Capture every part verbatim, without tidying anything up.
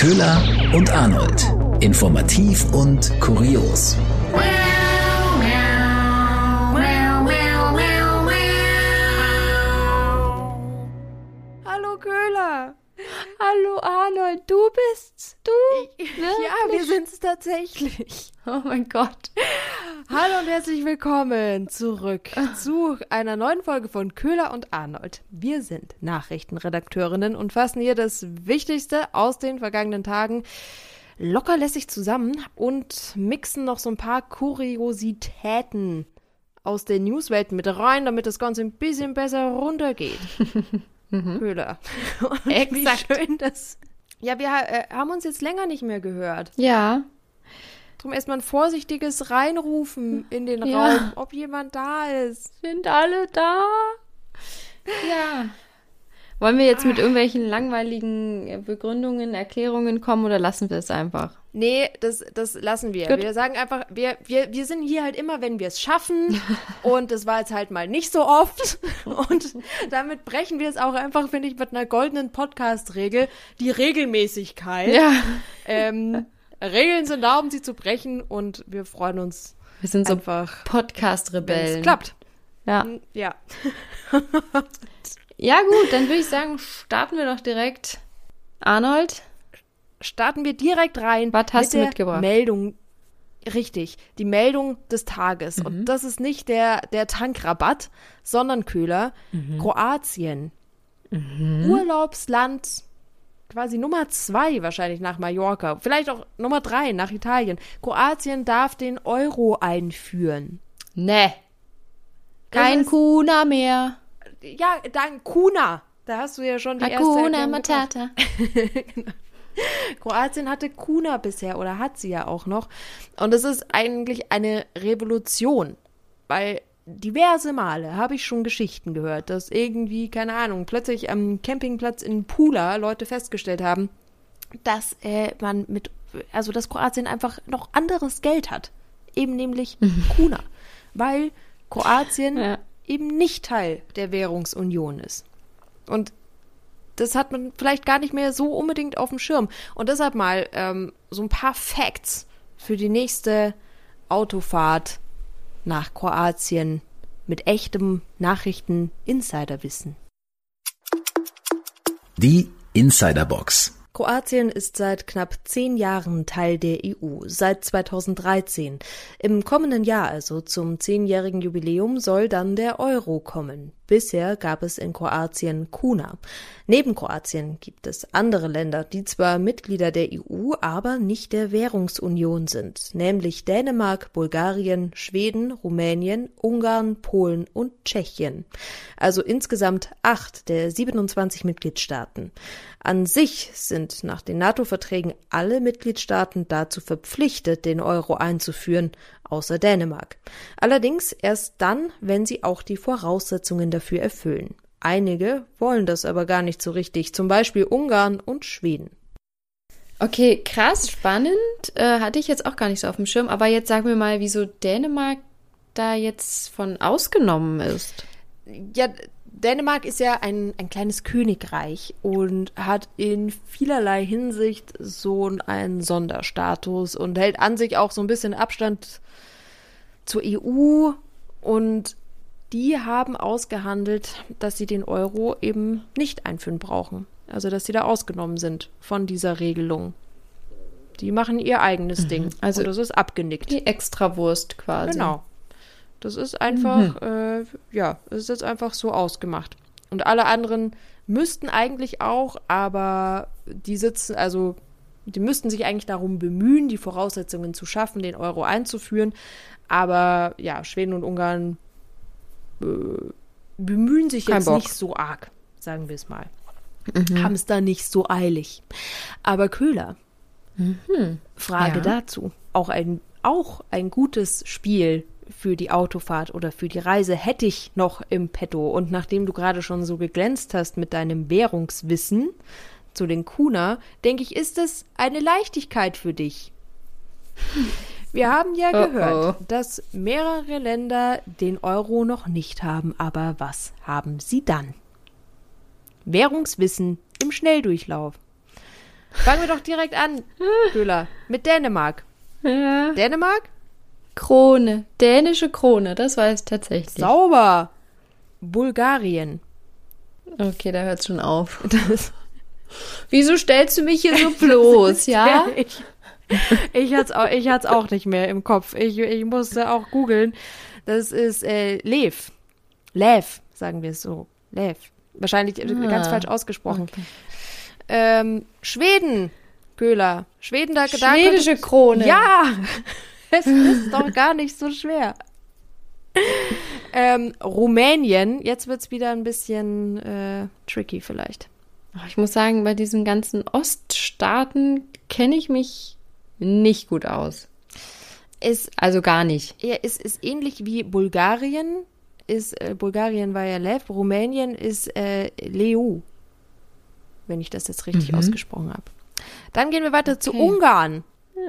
Köhler und Arnold. Informativ und kurios. Hallo Köhler. Hallo Arnold, du bist's? Du? Ich, ja, wir sind's tatsächlich. Oh mein Gott. Hallo und herzlich willkommen zurück zu einer neuen Folge von Köhler und Arnold. Wir sind Nachrichtenredakteurinnen und fassen hier das Wichtigste aus den vergangenen Tagen lockerlässig zusammen und mixen noch so ein paar Kuriositäten aus der Newswelt mit rein, damit das Ganze ein bisschen besser runtergeht. Mhm. Köhler. Und Exakt. Wie schön das. Ja, wir äh, haben uns jetzt länger nicht mehr gehört. Ja. Drum erstmal ein vorsichtiges Reinrufen in den Ja. Raum, ob jemand da ist. Sind alle da? Ja. Wollen wir jetzt mit irgendwelchen langweiligen Begründungen, Erklärungen kommen oder lassen wir es einfach? Nee, das, das lassen wir. Gut. Wir sagen einfach, wir, wir, wir sind hier halt immer, wenn wir es schaffen. Und das war jetzt halt mal nicht so oft. Und damit brechen wir es auch einfach, finde ich, mit einer goldenen Podcast-Regel. Die Regelmäßigkeit. Ja. Ähm, Regeln sind da, um sie zu brechen. Und wir freuen uns Wir sind so einfach, wenn Podcast-Rebellen. es klappt. Ja. Ja. Ja gut, dann würde ich sagen, starten wir doch direkt. Arnold? Starten wir direkt rein Was hast mit du der mitgebracht? Meldung. Richtig, die Meldung des Tages. Mhm. Und das ist nicht der, der Tankrabatt, sondern Köhler. Mhm. Kroatien. Urlaubsland quasi Nummer zwei wahrscheinlich nach Mallorca. Vielleicht auch Nummer drei nach Italien. Kroatien darf den Euro einführen. Ne. Das Kein ist- Kuna mehr. Ja, dann Kuna. Da hast du ja schon die erste Hakuna Erklärung gebracht. Matata. Kroatien hatte Kuna bisher oder hat sie ja auch noch. Und es ist eigentlich eine Revolution, weil diverse Male habe ich schon Geschichten gehört, dass irgendwie, keine Ahnung, plötzlich am Campingplatz in Pula Leute festgestellt haben, dass äh, man mit, also dass Kroatien einfach noch anderes Geld hat. Eben nämlich Kuna. Weil Kroatien Ja. eben nicht Teil der Währungsunion ist. Und das hat man vielleicht gar nicht mehr so unbedingt auf dem Schirm. Und deshalb mal ähm, so ein paar Facts für die nächste Autofahrt nach Kroatien mit echtem Nachrichten-Insiderwissen. Die Insiderbox. Kroatien ist seit knapp zehn Jahren Teil der E U, seit zweitausenddreizehn. Im kommenden Jahr, also zum zehnjährigen Jubiläum, soll dann der Euro kommen. Bisher gab es in Kroatien Kuna. Neben Kroatien gibt es andere Länder, die zwar Mitglieder der E U, aber nicht der Währungsunion sind, nämlich Dänemark, Bulgarien, Schweden, Rumänien, Ungarn, Polen und Tschechien. Also insgesamt acht der siebenundzwanzig Mitgliedstaaten. An sich sind nach den NATO-Verträgen alle Mitgliedstaaten dazu verpflichtet, den Euro einzuführen, außer Dänemark. Allerdings erst dann, wenn sie auch die Voraussetzungen dafür erfüllen. Einige wollen das aber gar nicht so richtig, zum Beispiel Ungarn und Schweden. Okay, krass, spannend. Äh, hatte ich jetzt auch gar nicht so auf dem Schirm. Aber jetzt sag mir mal, wieso Dänemark da jetzt von ausgenommen ist. Ja, Dänemark ist ja ein, ein kleines Königreich und hat in vielerlei Hinsicht so einen Sonderstatus und hält an sich auch so ein bisschen Abstand zur E U, und die haben ausgehandelt, dass sie den Euro eben nicht einführen brauchen. Also, dass sie da ausgenommen sind von dieser Regelung. Die machen ihr eigenes Ding. Also und das ist abgenickt. Die Extrawurst quasi. Genau. Das ist einfach, äh, ja, es ist jetzt einfach so ausgemacht. Und alle anderen müssten eigentlich auch, aber die sitzen, also die müssten sich eigentlich darum bemühen, die Voraussetzungen zu schaffen, den Euro einzuführen. Aber ja, Schweden und Ungarn äh, bemühen sich Kein jetzt Bock. nicht so arg, sagen wir es mal. Haben es da nicht so eilig. Aber Köhler, Frage Ja. dazu. Auch ein, auch ein gutes Spiel für die Autofahrt oder für die Reise hätte ich noch im Petto. Und nachdem du gerade schon so geglänzt hast mit deinem Währungswissen zu den Kuna, denke ich, ist es eine Leichtigkeit für dich. Wir haben ja Oh, gehört, oh. dass mehrere Länder den Euro noch nicht haben. Aber was haben sie dann? Währungswissen im Schnelldurchlauf. Fangen wir doch direkt an, Köhler, mit Dänemark. Ja. Dänemark? Krone. Dänische Krone, das weiß ich tatsächlich. Sauber. Bulgarien. Okay, da hört's schon auf. Das, wieso stellst du mich hier so bloß, ja? Ich, ich hatte es auch, ich hat's auch nicht mehr im Kopf. Ich, ich musste auch googeln. Das ist äh, Lev. Lev, sagen wir es so. Lev. Wahrscheinlich ah, ganz falsch ausgesprochen. Okay. Ähm, Schweden, Köhler. Schweden, da gedacht. Schwedische Krone. Ja, es ist doch gar nicht so schwer. ähm, Rumänien, jetzt wird's wieder ein bisschen äh, tricky vielleicht. Ich muss sagen, bei diesen ganzen Oststaaten kenne ich mich nicht gut aus. Ist, also gar nicht. Ja, ist, ist ähnlich wie Bulgarien. Ist, äh, Bulgarien war ja Lev, Rumänien ist äh, Leu. Wenn ich das jetzt richtig mhm. ausgesprochen habe. Dann gehen wir weiter okay. zu Ungarn.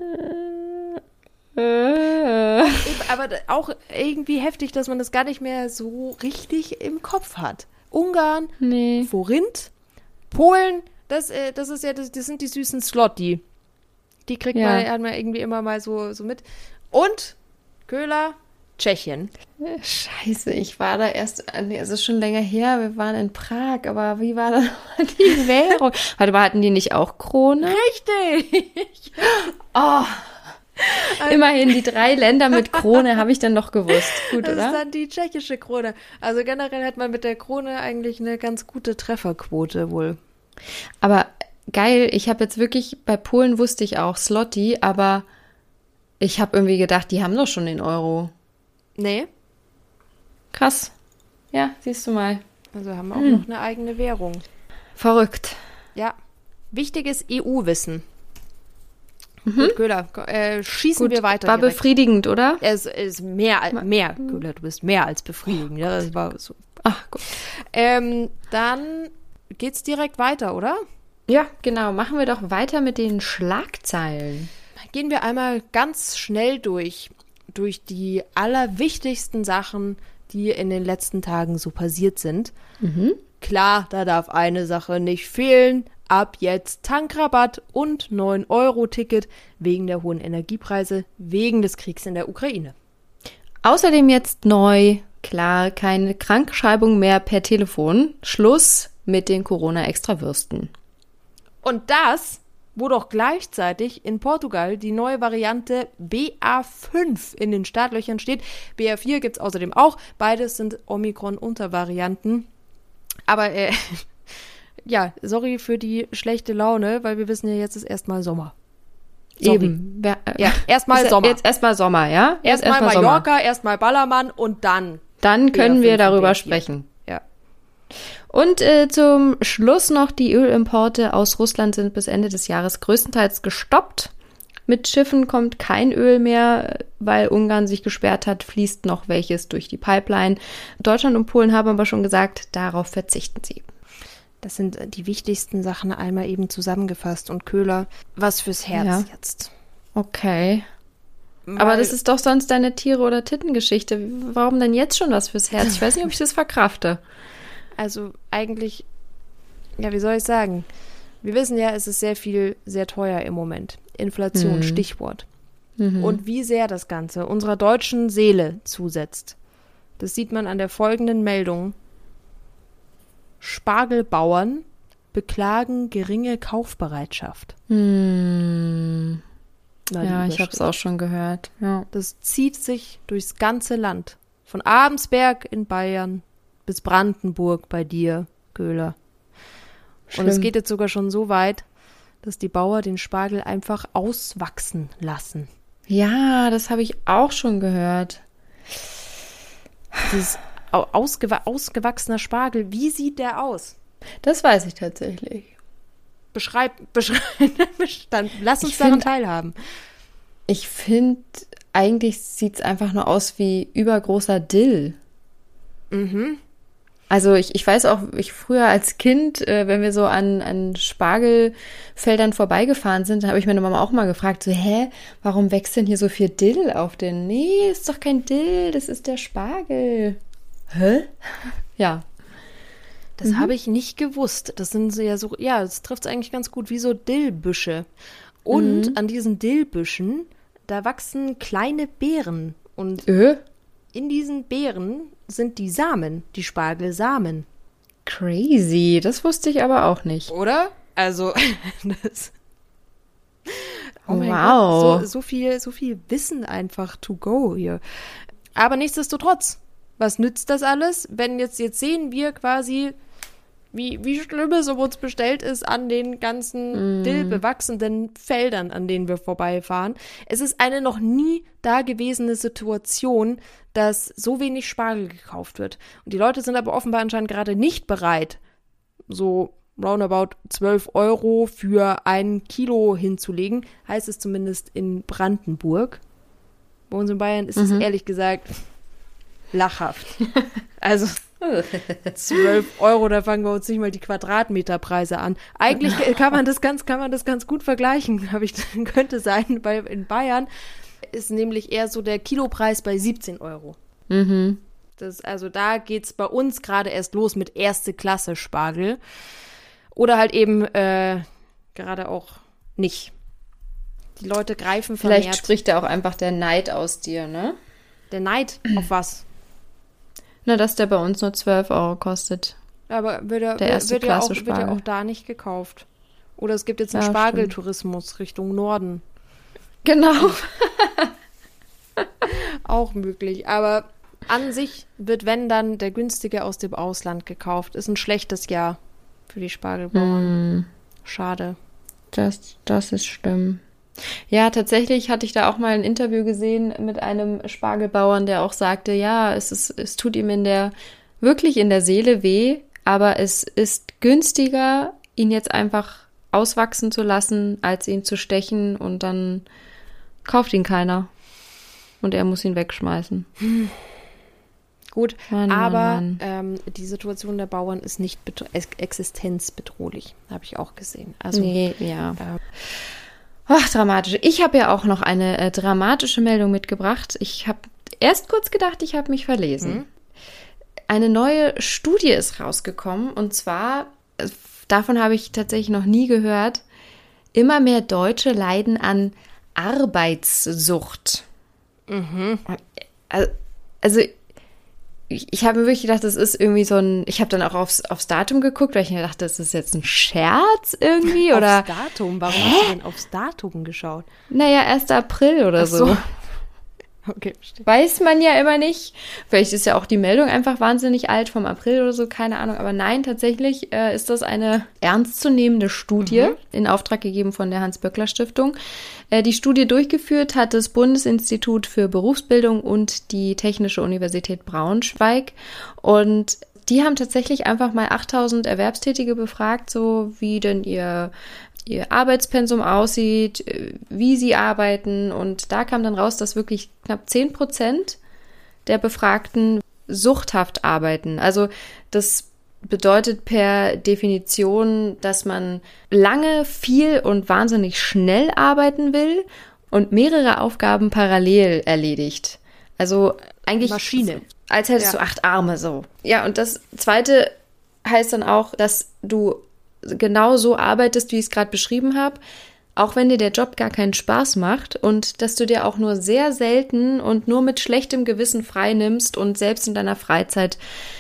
Äh. Aber auch irgendwie heftig, dass man das gar nicht mehr so richtig im Kopf hat. Ungarn, nee. Forint, Polen, das, äh, das ist ja, das, das sind die süßen Zloty. Die kriegt ja. man, hat man irgendwie immer mal so, so mit. Und Köhler, Tschechien. Scheiße, ich war da erst, nee, es ist schon länger her, wir waren in Prag, aber wie war da die Währung? Warte mal, hatten die nicht auch Krone? Richtig! Oh, immerhin die drei Länder mit Krone habe ich dann noch gewusst. Gut, das oder? Das ist dann die tschechische Krone. Also generell hat man mit der Krone eigentlich eine ganz gute Trefferquote wohl. Aber geil, ich habe jetzt wirklich, bei Polen wusste ich auch Zloty, aber ich habe irgendwie gedacht, die haben doch schon den Euro. Nee. Krass. Ja, siehst du mal. Also haben wir auch hm. noch eine eigene Währung. Verrückt. Ja. Wichtiges E U-Wissen. Mhm. Gut, Köhler, äh, schießen Gut, wir weiter. War direkt. Befriedigend, oder? Es ist mehr, mehr, Köhler, du bist mehr als befriedigend. Ja, das war so. Ach, gut. Ähm, dann geht's direkt weiter, oder? Ja, genau. Machen wir doch weiter mit den Schlagzeilen. Gehen wir einmal ganz schnell durch, durch die allerwichtigsten Sachen, die in den letzten Tagen so passiert sind. Mhm. Klar, da darf eine Sache nicht fehlen. Ab jetzt Tankrabatt und neun Euro Ticket wegen der hohen Energiepreise, wegen des Kriegs in der Ukraine. Außerdem jetzt neu, klar, keine Krankschreibung mehr per Telefon. Schluss mit den Corona-Extrawürsten. Und das, wo doch gleichzeitig in Portugal die neue Variante B A fünf in den Startlöchern steht. B A vier gibt es außerdem auch. Beides sind Omikron-Untervarianten. Aber äh, ja, sorry für die schlechte Laune, weil wir wissen ja, jetzt ist erstmal Sommer. Sorry. Eben. Wer, äh, ja, erstmal Sommer. Jetzt erstmal Sommer, ja? Erstmal erst Mallorca, erstmal Ballermann und dann Dann können wir darüber sprechen. Ja. Und äh, zum Schluss noch, die Ölimporte aus Russland sind bis Ende des Jahres größtenteils gestoppt. Mit Schiffen kommt kein Öl mehr, weil Ungarn sich gesperrt hat, fließt noch welches durch die Pipeline. Deutschland und Polen haben aber schon gesagt, darauf verzichten sie. Das sind die wichtigsten Sachen einmal eben zusammengefasst. Und Köhler, was fürs Herz ja. jetzt. Okay. Weil, aber das ist doch sonst deine Tiere- oder Tittengeschichte. Warum denn jetzt schon was fürs Herz? Ich weiß nicht, ob ich das verkrafte. Also eigentlich, ja, wie soll ich sagen? Wir wissen ja, es ist sehr viel, sehr teuer im Moment. Inflation, mhm. Stichwort. Mhm. Und wie sehr das Ganze unserer deutschen Seele zusetzt. Das sieht man an der folgenden Meldung. Spargelbauern beklagen geringe Kaufbereitschaft. Hm. Ja, ich habe es auch schon gehört. Ja. Das zieht sich durchs ganze Land. Von Abensberg in Bayern bis Brandenburg bei dir, Köhler. Und es geht jetzt sogar schon so weit, dass die Bauern den Spargel einfach auswachsen lassen. Ja, das habe ich auch schon gehört. Dieses ausgew- ausgewachsener Spargel, wie sieht der aus? Das weiß ich tatsächlich. Beschreib, beschreib, dann lass uns ich daran find, teilhaben. Ich finde, eigentlich sieht es einfach nur aus wie übergroßer Dill. Mhm. Also ich, ich weiß auch, ich früher als Kind, äh, wenn wir so an, an Spargelfeldern vorbeigefahren sind, habe ich meine Mama auch mal gefragt, so, hä, warum wächst denn hier so viel Dill auf den? Nee, ist doch kein Dill, das ist der Spargel. Hä? Ja. Das mhm. habe ich nicht gewusst. Das sind so ja so, ja, das trifft es eigentlich ganz gut, wie so Dillbüsche. Und mhm. an diesen Dillbüschen, da wachsen kleine Beeren. Und äh? in diesen Beeren sind die Samen, die Spargelsamen. Crazy, das wusste ich aber auch nicht. Oder? Also, das... Oh mein wow. Gott, so, so viel, so viel Wissen einfach to go hier. Aber nichtsdestotrotz, was nützt das alles, wenn jetzt, jetzt sehen wir quasi, wie, wie schlimm es um uns bestellt ist an den ganzen mm. dillbewachsenen Feldern, an denen wir vorbeifahren. Es ist eine noch nie dagewesene Situation, dass so wenig Spargel gekauft wird. Und die Leute sind aber offenbar anscheinend gerade nicht bereit, so roundabout zwölf Euro für ein Kilo hinzulegen, heißt es zumindest in Brandenburg. Bei uns in Bayern ist mhm. es ehrlich gesagt lachhaft. Also zwölf Euro, da fangen wir uns nicht mal die Quadratmeterpreise an. Eigentlich kann man das ganz, kann man das ganz gut vergleichen, habe ich, könnte sein, weil in Bayern ist nämlich eher so der Kilopreis bei siebzehn Euro. Mhm. Das, also da geht's bei uns gerade erst los mit erste Klasse Spargel. Oder halt eben äh, gerade auch nicht. Die Leute greifen vermehrt. Vielleicht spricht da auch einfach der Neid aus dir, ne? Der Neid? Auf was? Na, dass der bei uns nur zwölf Euro kostet. Aber wird er, der erste wird, ja auch, Klasse wird ja auch da nicht gekauft. Oder es gibt jetzt einen ja, Spargeltourismus stimmt. Richtung Norden. Genau. Auch möglich. Aber an sich wird, wenn dann, der günstige aus dem Ausland gekauft. Ist ein schlechtes Jahr für die Spargelbauern. Mm. Schade. Das, das ist schlimm. Ja, tatsächlich hatte ich da auch mal ein Interview gesehen mit einem Spargelbauern, der auch sagte, ja, es ist, es tut ihm in der, wirklich in der Seele weh, aber es ist günstiger, ihn jetzt einfach auswachsen zu lassen, als ihn zu stechen und dann kauft ihn keiner. Und er muss ihn wegschmeißen. Hm. Gut, Mann, aber Mann, Mann. Ähm, die Situation der Bauern ist nicht betro- existenzbedrohlich, habe ich auch gesehen. Also, nee, ja. Äh, Ach, dramatisch. Ich habe ja auch noch eine äh, dramatische Meldung mitgebracht. Ich habe erst kurz gedacht, ich habe mich verlesen. Mhm. Eine neue Studie ist rausgekommen und zwar, äh, davon habe ich tatsächlich noch nie gehört, immer mehr Deutsche leiden an Arbeitssucht. Mhm. Also, also ich, ich habe mir wirklich gedacht, das ist irgendwie so ein, ich habe dann auch aufs, aufs Datum geguckt, weil ich mir dachte, das ist jetzt ein Scherz irgendwie, oder? Aufs Datum? Warum Hä? hast du denn aufs Datum geschaut? Naja, erster April oder Ach so. so. Okay, verstehe. Weiß man ja immer nicht. Vielleicht ist ja auch die Meldung einfach wahnsinnig alt vom April oder so, keine Ahnung. Aber nein, tatsächlich äh, ist das eine ernstzunehmende Studie, mhm. in Auftrag gegeben von der Hans-Böckler-Stiftung. Äh, die Studie durchgeführt hat das Bundesinstitut für Berufsbildung und die Technische Universität Braunschweig. Und die haben tatsächlich einfach mal achttausend Erwerbstätige befragt, so wie denn ihr ihr Arbeitspensum aussieht, wie sie arbeiten. Und da kam dann raus, dass wirklich knapp zehn Prozent der Befragten suchthaft arbeiten. Also das bedeutet per Definition, dass man lange, viel und wahnsinnig schnell arbeiten will und mehrere Aufgaben parallel erledigt. Also eigentlich Maschine. Als hättest ja. du acht Arme so. Ja, und das Zweite heißt dann auch, dass du genau so arbeitest, wie ich es gerade beschrieben habe, auch wenn dir der Job gar keinen Spaß macht und dass du dir auch nur sehr selten und nur mit schlechtem Gewissen frei nimmst und selbst in deiner Freizeit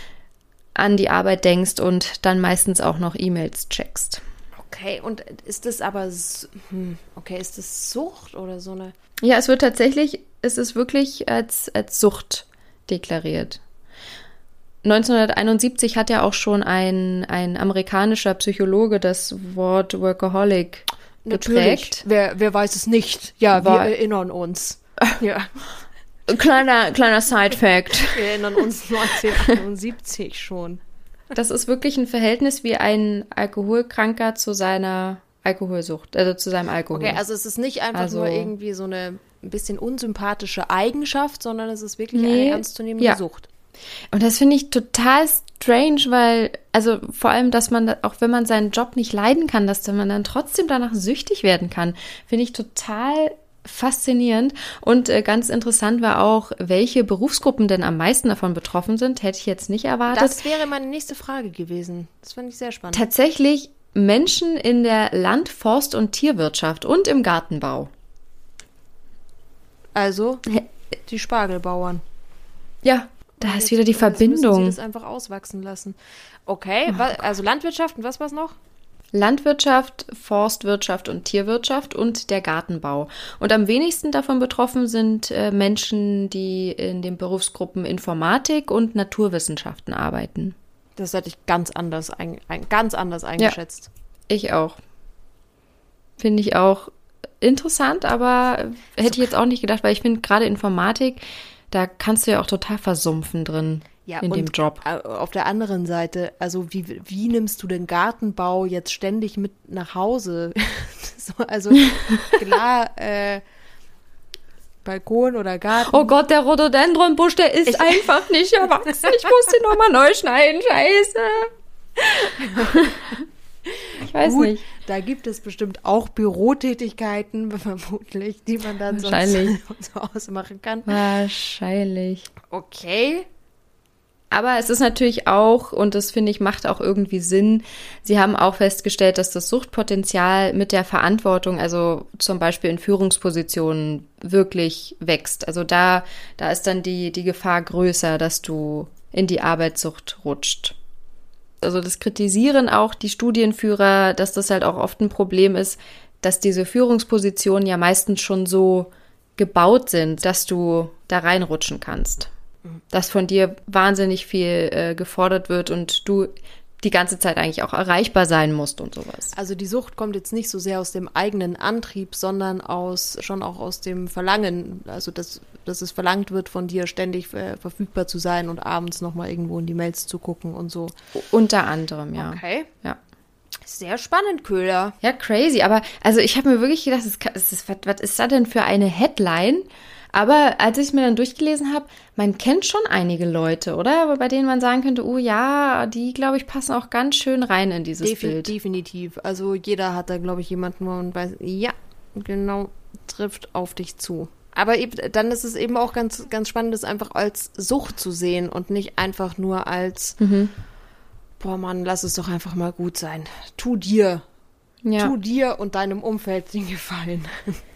an die Arbeit denkst und dann meistens auch noch E-Mails checkst. Okay, und ist das aber, hm, okay, ist das Sucht oder so eine? Ja, es wird tatsächlich, es ist wirklich als, als Sucht deklariert. neunzehnhunderteinundsiebzig hat ja auch schon ein, ein amerikanischer Psychologe das Wort Workaholic geprägt. Wer, wer weiß es nicht? Ja, War, wir erinnern uns. Ja. Kleiner, kleiner Side-Fact. Wir erinnern uns neunzehnhunderteinundsiebzig schon. Das ist wirklich ein Verhältnis wie ein Alkoholkranker zu seiner Alkoholsucht, also zu seinem Alkohol. Okay, also es ist nicht einfach also, nur irgendwie so eine ein bisschen unsympathische Eigenschaft, sondern es ist wirklich nee, eine ernstzunehmende ja. Sucht. Und das finde ich total strange, weil, also vor allem, dass man, auch wenn man seinen Job nicht leiden kann, dass man dann trotzdem danach süchtig werden kann, finde ich total faszinierend. Und äh, ganz interessant war auch, welche Berufsgruppen denn am meisten davon betroffen sind. Hätte ich jetzt nicht erwartet. Das wäre meine nächste Frage gewesen. Das fand ich sehr spannend. Tatsächlich Menschen in der Land-, Forst- und Tierwirtschaft und im Gartenbau. Also die Spargelbauern. Ja, da Und ist jetzt- wieder die jetzt müssen Verbindung. sie das einfach auswachsen lassen. Okay, wa- also Landwirtschaft und was war's noch? Landwirtschaft, Forstwirtschaft und Tierwirtschaft und der Gartenbau. Und am wenigsten davon betroffen sind äh, Menschen, die in den Berufsgruppen Informatik und Naturwissenschaften arbeiten. Das hätte ich ganz anders, ein, ein, ganz anders eingeschätzt. Ich auch. Finde ich auch interessant, aber hätte ich jetzt auch nicht gedacht, weil ich finde gerade Informatik, da kannst du ja auch total versumpfen drin Ja, in und dem Job. äh, auf der anderen Seite, also wie, wie nimmst du den Gartenbau jetzt ständig mit nach Hause? so, also klar, äh, Balkon oder Garten. Oh Gott, der Rhododendronbusch, der ist einfach nicht erwachsen. Ich muss den nochmal neu schneiden. Scheiße. Ich weiß Gut, nicht. da gibt es bestimmt auch Bürotätigkeiten, vermutlich, die man dann sonst Wahrscheinlich. zu Hause machen kann. Wahrscheinlich. Okay. Aber es ist natürlich auch, und das finde ich macht auch irgendwie Sinn, sie haben auch festgestellt, dass das Suchtpotenzial mit der Verantwortung, also zum Beispiel in Führungspositionen, wirklich wächst. Also da, da ist dann die, die Gefahr größer, dass du in die Arbeitssucht rutscht. Also das kritisieren auch die Studienführer, dass das halt auch oft ein Problem ist, dass diese Führungspositionen ja meistens schon so gebaut sind, dass du da reinrutschen kannst. Dass von dir wahnsinnig viel äh, gefordert wird und du die ganze Zeit eigentlich auch erreichbar sein musst und sowas. Also die Sucht kommt jetzt nicht so sehr aus dem eigenen Antrieb, sondern aus schon auch aus dem Verlangen, also dass, dass es verlangt wird von dir, ständig äh, verfügbar zu sein und abends nochmal irgendwo in die Mails zu gucken und so. Unter anderem, ja. Okay. Ja. Sehr spannend, Köhler. Ja, crazy. Aber also ich habe mir wirklich gedacht, es kann- es ist, was, was ist das denn für eine Headline? Aber als ich es mir dann durchgelesen habe, man kennt schon einige Leute, oder? Bei denen man sagen könnte, oh ja, die, glaube ich, passen auch ganz schön rein in dieses Defi- Bild. Definitiv. Also jeder hat da, glaube ich, jemanden, wo man weiß, ja, genau, trifft auf dich zu. Aber eben, dann ist es eben auch ganz, ganz spannend, das einfach als Sucht zu sehen und nicht einfach nur als, Mhm. boah Mann, lass es doch einfach mal gut sein. Tu dir, Ja. tu dir und deinem Umfeld den Gefallen.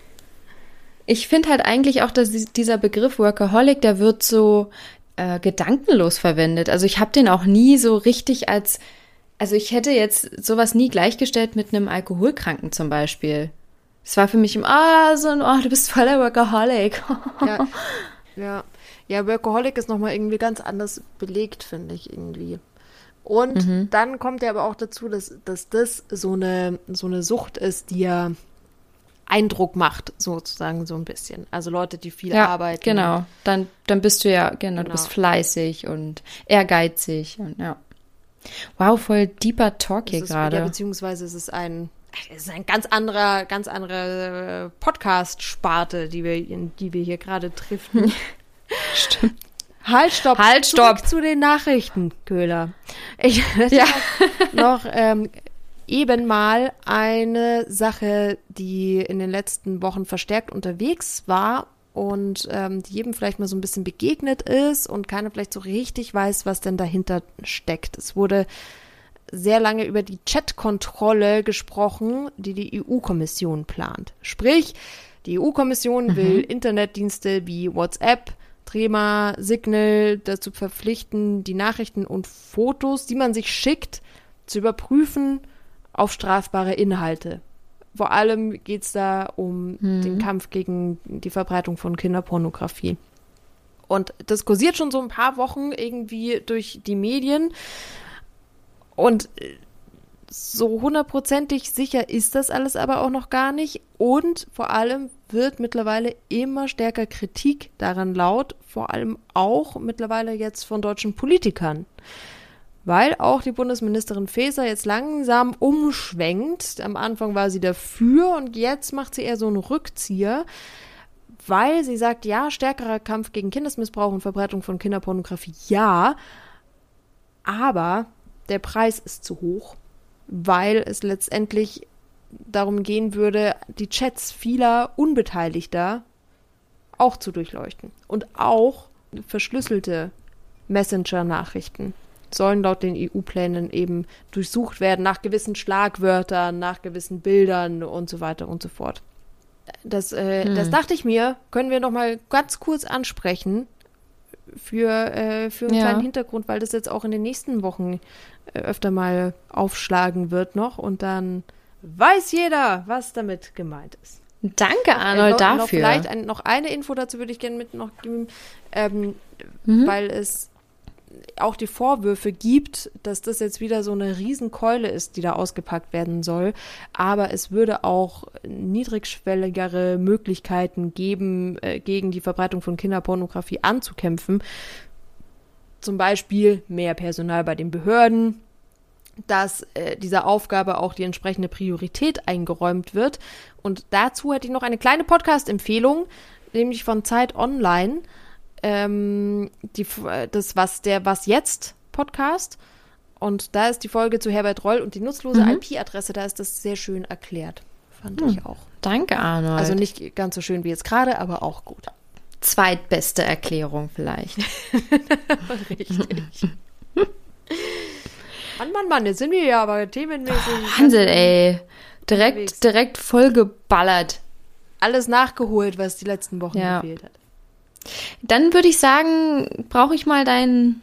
Ich finde halt eigentlich auch, dass dieser Begriff Workaholic, der wird so äh, gedankenlos verwendet. Also ich habe den auch nie so richtig als, also ich hätte jetzt sowas nie gleichgestellt mit einem Alkoholkranken zum Beispiel. Es war für mich immer, ah, so ein, oh, du bist voller Workaholic. Ja, ja. Ja, Workaholic ist nochmal irgendwie ganz anders belegt, finde ich irgendwie. Und Mhm. dann kommt ja aber auch dazu, dass, dass das so eine, so eine Sucht ist, die ja Eindruck macht, sozusagen so ein bisschen. Also Leute, die viel Ja, arbeiten. genau. Dann, dann bist du ja, genau, du Genau. bist fleißig und ehrgeizig und ja. Wow, voll deeper Talk hier Es ist, ja, gerade. beziehungsweise es ist ein, es ist ein ganz anderer, ganz andere Podcast-Sparte, die wir, in die wir hier gerade driften. Stimmt. Halt, stopp. Halt, Zurück stopp. zu den Nachrichten, Köhler. Ich hätte Ja. noch ähm, eben mal eine Sache, die in den letzten Wochen verstärkt unterwegs war und ähm, die jedem vielleicht mal so ein bisschen begegnet ist und keiner vielleicht so richtig weiß, was denn dahinter steckt. Es wurde sehr lange über die Chat-Kontrolle gesprochen, die die E U-Kommission plant. Sprich, die E U-Kommission will Internetdienste wie WhatsApp, Threema, Signal dazu verpflichten, die Nachrichten und Fotos, die man sich schickt, zu überprüfen auf strafbare Inhalte. Vor allem geht es da um Mhm. den Kampf gegen die Verbreitung von Kinderpornografie. Und das kursiert schon so ein paar Wochen irgendwie durch die Medien. Und äh, so hundertprozentig sicher ist das alles aber auch noch gar nicht. Und vor allem wird mittlerweile immer stärker Kritik daran laut, vor allem auch mittlerweile jetzt von deutschen Politikern. Weil auch die Bundesministerin Faeser jetzt langsam umschwenkt. Am Anfang war sie dafür und jetzt macht sie eher so einen Rückzieher, weil sie sagt, ja, stärkerer Kampf gegen Kindesmissbrauch und Verbreitung von Kinderpornografie, ja, aber der Preis ist zu hoch, weil es letztendlich darum gehen würde, die Chats vieler Unbeteiligter auch zu durchleuchten. Und auch verschlüsselte Messenger-Nachrichten sollen laut den E U-Plänen eben durchsucht werden nach gewissen Schlagwörtern, nach gewissen Bildern und so weiter und so fort. Das, äh, hm. das dachte ich mir, können wir noch mal ganz kurz ansprechen für, äh, für einen ja. kleinen Hintergrund, weil das jetzt auch in den nächsten Wochen äh, öfter mal aufschlagen wird noch und dann weiß jeder, was damit gemeint ist. Danke, Arnold, noch, dafür. Noch vielleicht ein, noch eine Info dazu würde ich gerne mit noch geben, ähm, mhm. weil es auch die Vorwürfe gibt, dass das jetzt wieder so eine Riesenkeule ist, die da ausgepackt werden soll. Aber es würde auch niedrigschwelligere Möglichkeiten geben, äh, gegen die Verbreitung von Kinderpornografie anzukämpfen. Zum Beispiel mehr Personal bei den Behörden, dass äh, dieser Aufgabe auch die entsprechende Priorität eingeräumt wird. Und dazu hätte ich noch eine kleine Podcast-Empfehlung, nämlich von Zeit Online. Ähm, die, das was der Was Jetzt Podcast und da ist die Folge zu Herbert Reul und die nutzlose mhm. I P-Adresse, da ist das sehr schön erklärt, fand hm. ich auch. Danke, Arnold. Also nicht ganz so schön wie jetzt gerade, aber auch gut. Zweitbeste Erklärung vielleicht. Richtig. Mann, Mann, Mann, jetzt sind wir ja aber themenmäßig. Hansel, ey. Direkt, direkt vollgeballert. Alles nachgeholt, was die letzten Wochen ja. gefehlt hat. Dann würde ich sagen, brauche ich mal deinen...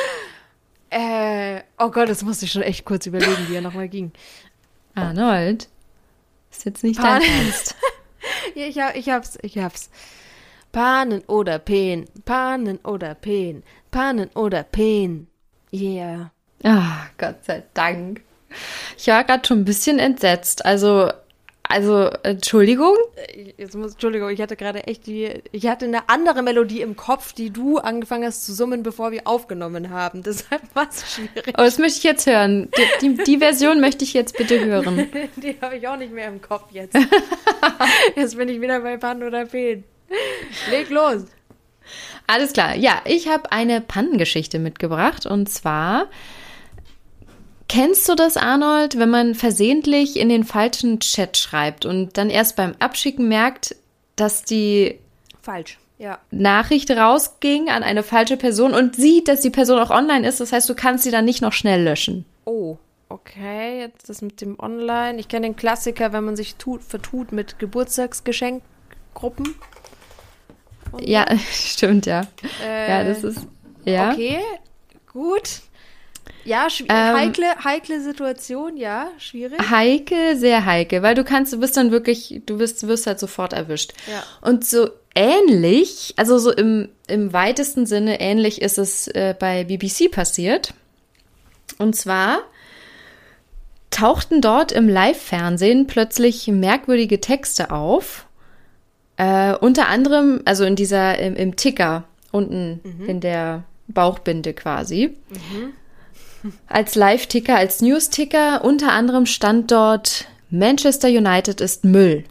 Äh, oh Gott, das musste ich schon echt kurz überlegen, wie er nochmal ging. Arnold, ist jetzt nicht Pan- dein Ernst. Ja, ich, hab, ich hab's, ich hab's. Panen oder Peen, Panen oder Peen, Panen oder Peen. Yeah. Ah, Gott sei Dank. Ich war gerade schon ein bisschen entsetzt. Also... Also, Entschuldigung? Jetzt muss, Entschuldigung, ich hatte gerade echt die, ich hatte eine andere Melodie im Kopf, die du angefangen hast zu summen, bevor wir aufgenommen haben. Deshalb war es schwierig. Oh, das möchte ich jetzt hören. Die, die, die Version möchte ich jetzt bitte hören. Die habe ich auch nicht mehr im Kopf jetzt. Jetzt bin ich wieder bei Pannen oder Peen. Leg los. Alles klar. Ja, ich habe eine Pannengeschichte mitgebracht und zwar... Kennst du das, Arnold, wenn man versehentlich in den falschen Chat schreibt und dann erst beim Abschicken merkt, dass die Falsch, ja. Nachricht rausging an eine falsche Person und sieht, dass die Person auch online ist? Das heißt, du kannst sie dann nicht noch schnell löschen. Oh, okay. Jetzt das mit dem Online. Ich kenne den Klassiker, wenn man sich tut, vertut mit Geburtstagsgeschenkgruppen. Ja, stimmt, ja. Äh, ja, das ist, ja. Okay, gut. Ja, schw- ähm, heikle, heikle Situation, ja, schwierig. Heikel, sehr heikel, weil du kannst, du bist dann wirklich, du wirst, wirst halt sofort erwischt. Ja. Und so ähnlich, also so im, im weitesten Sinne ähnlich ist es äh, bei B B C passiert. Und zwar tauchten dort im Live-Fernsehen plötzlich merkwürdige Texte auf. Äh, unter anderem, also in dieser, im, im Ticker, unten mhm. in der Bauchbinde quasi. Mhm. Als Live-Ticker, als News-Ticker. Unter anderem stand dort, Manchester United ist Müll.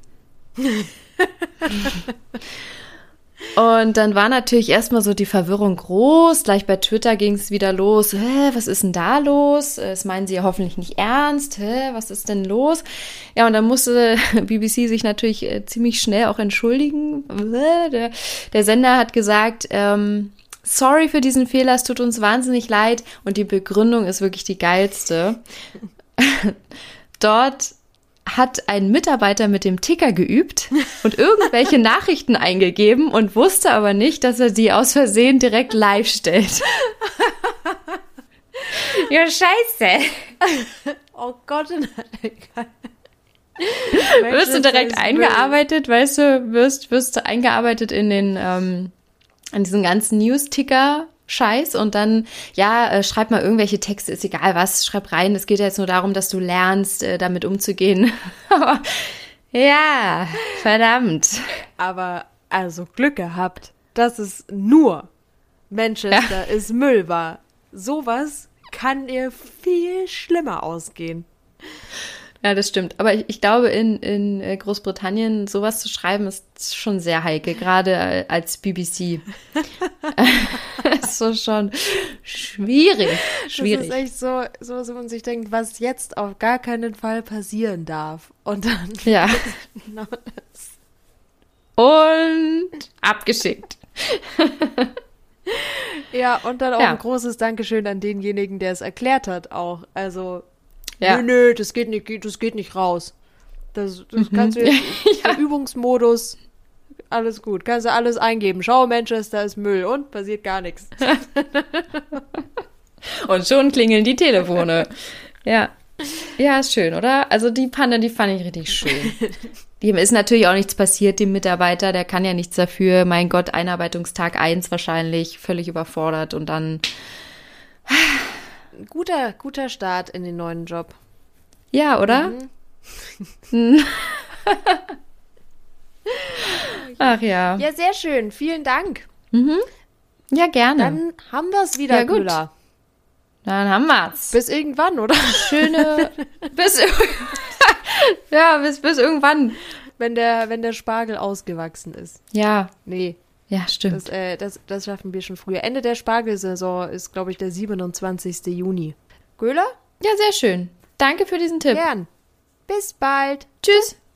Und dann war natürlich erstmal so die Verwirrung groß. Gleich bei Twitter ging es wieder los. Hä, was ist denn da los? Das meinen sie ja hoffentlich nicht ernst. Hä, was ist denn los? Ja, und dann musste B B C sich natürlich äh, ziemlich schnell auch entschuldigen. Der, der Sender hat gesagt, ähm, sorry für diesen Fehler, es tut uns wahnsinnig leid. Und die Begründung ist wirklich die geilste. Dort hat ein Mitarbeiter mit dem Ticker geübt und irgendwelche Nachrichten eingegeben und wusste aber nicht, dass er die aus Versehen direkt live stellt. Ja, scheiße. Oh Gott. Wirst du direkt eingearbeitet, weißt du, wirst, wirst du eingearbeitet in den, ähm, in diesen ganzen News-Ticker-Scheiß und dann, ja, äh, schreib mal irgendwelche Texte, ist egal was, schreib rein. Es geht ja jetzt nur darum, dass du lernst, äh, damit umzugehen. Ja, verdammt. Aber also Glück gehabt, dass es nur Manchester ja. ist Müll war. Sowas kann ihr viel schlimmer ausgehen. Ja, das stimmt. Aber ich, ich glaube, in, in Großbritannien sowas zu schreiben, ist schon sehr heikel, gerade als B B C. Das ist so schon schwierig. Schwierig. Das ist echt so, so, so man sich denkt, was jetzt auf gar keinen Fall passieren darf. Und dann Ja. genau das. Und abgeschickt. Ja, und dann auch Ja. ein großes Dankeschön an denjenigen, der es erklärt hat auch. Also, Ja. nö, nö, das geht nicht, das geht nicht raus. Das, das kannst du jetzt, der Übungsmodus, alles gut. Kannst du alles eingeben. Schau, Manchester ist Müll und passiert gar nichts. Und schon klingeln die Telefone. Ja. Ja, ist schön, oder? Also die Panne, die fand ich richtig schön. Dem ist natürlich auch nichts passiert, dem Mitarbeiter, der kann ja nichts dafür. Mein Gott, Einarbeitungstag eins wahrscheinlich, völlig überfordert und dann... Guter, guter Start in den neuen Job. Ja, oder? Mhm. Ach ja. Ja, sehr schön. Vielen Dank. Ja, gerne. Dann haben wir es wieder, Ja, gut. Güller. Dann haben wir's. Bis irgendwann, oder? Schöne... bis... ja, bis, bis irgendwann. Wenn der, wenn der Spargel ausgewachsen ist. Ja, Nee, ja, stimmt. das, äh, das, das schaffen wir schon früher. Ende der Spargelsaison ist, glaube ich, der siebenundzwanzigsten Juni. Göhler? Ja, sehr schön. Danke für diesen Tipp. Gern. Bis bald. Tschüss.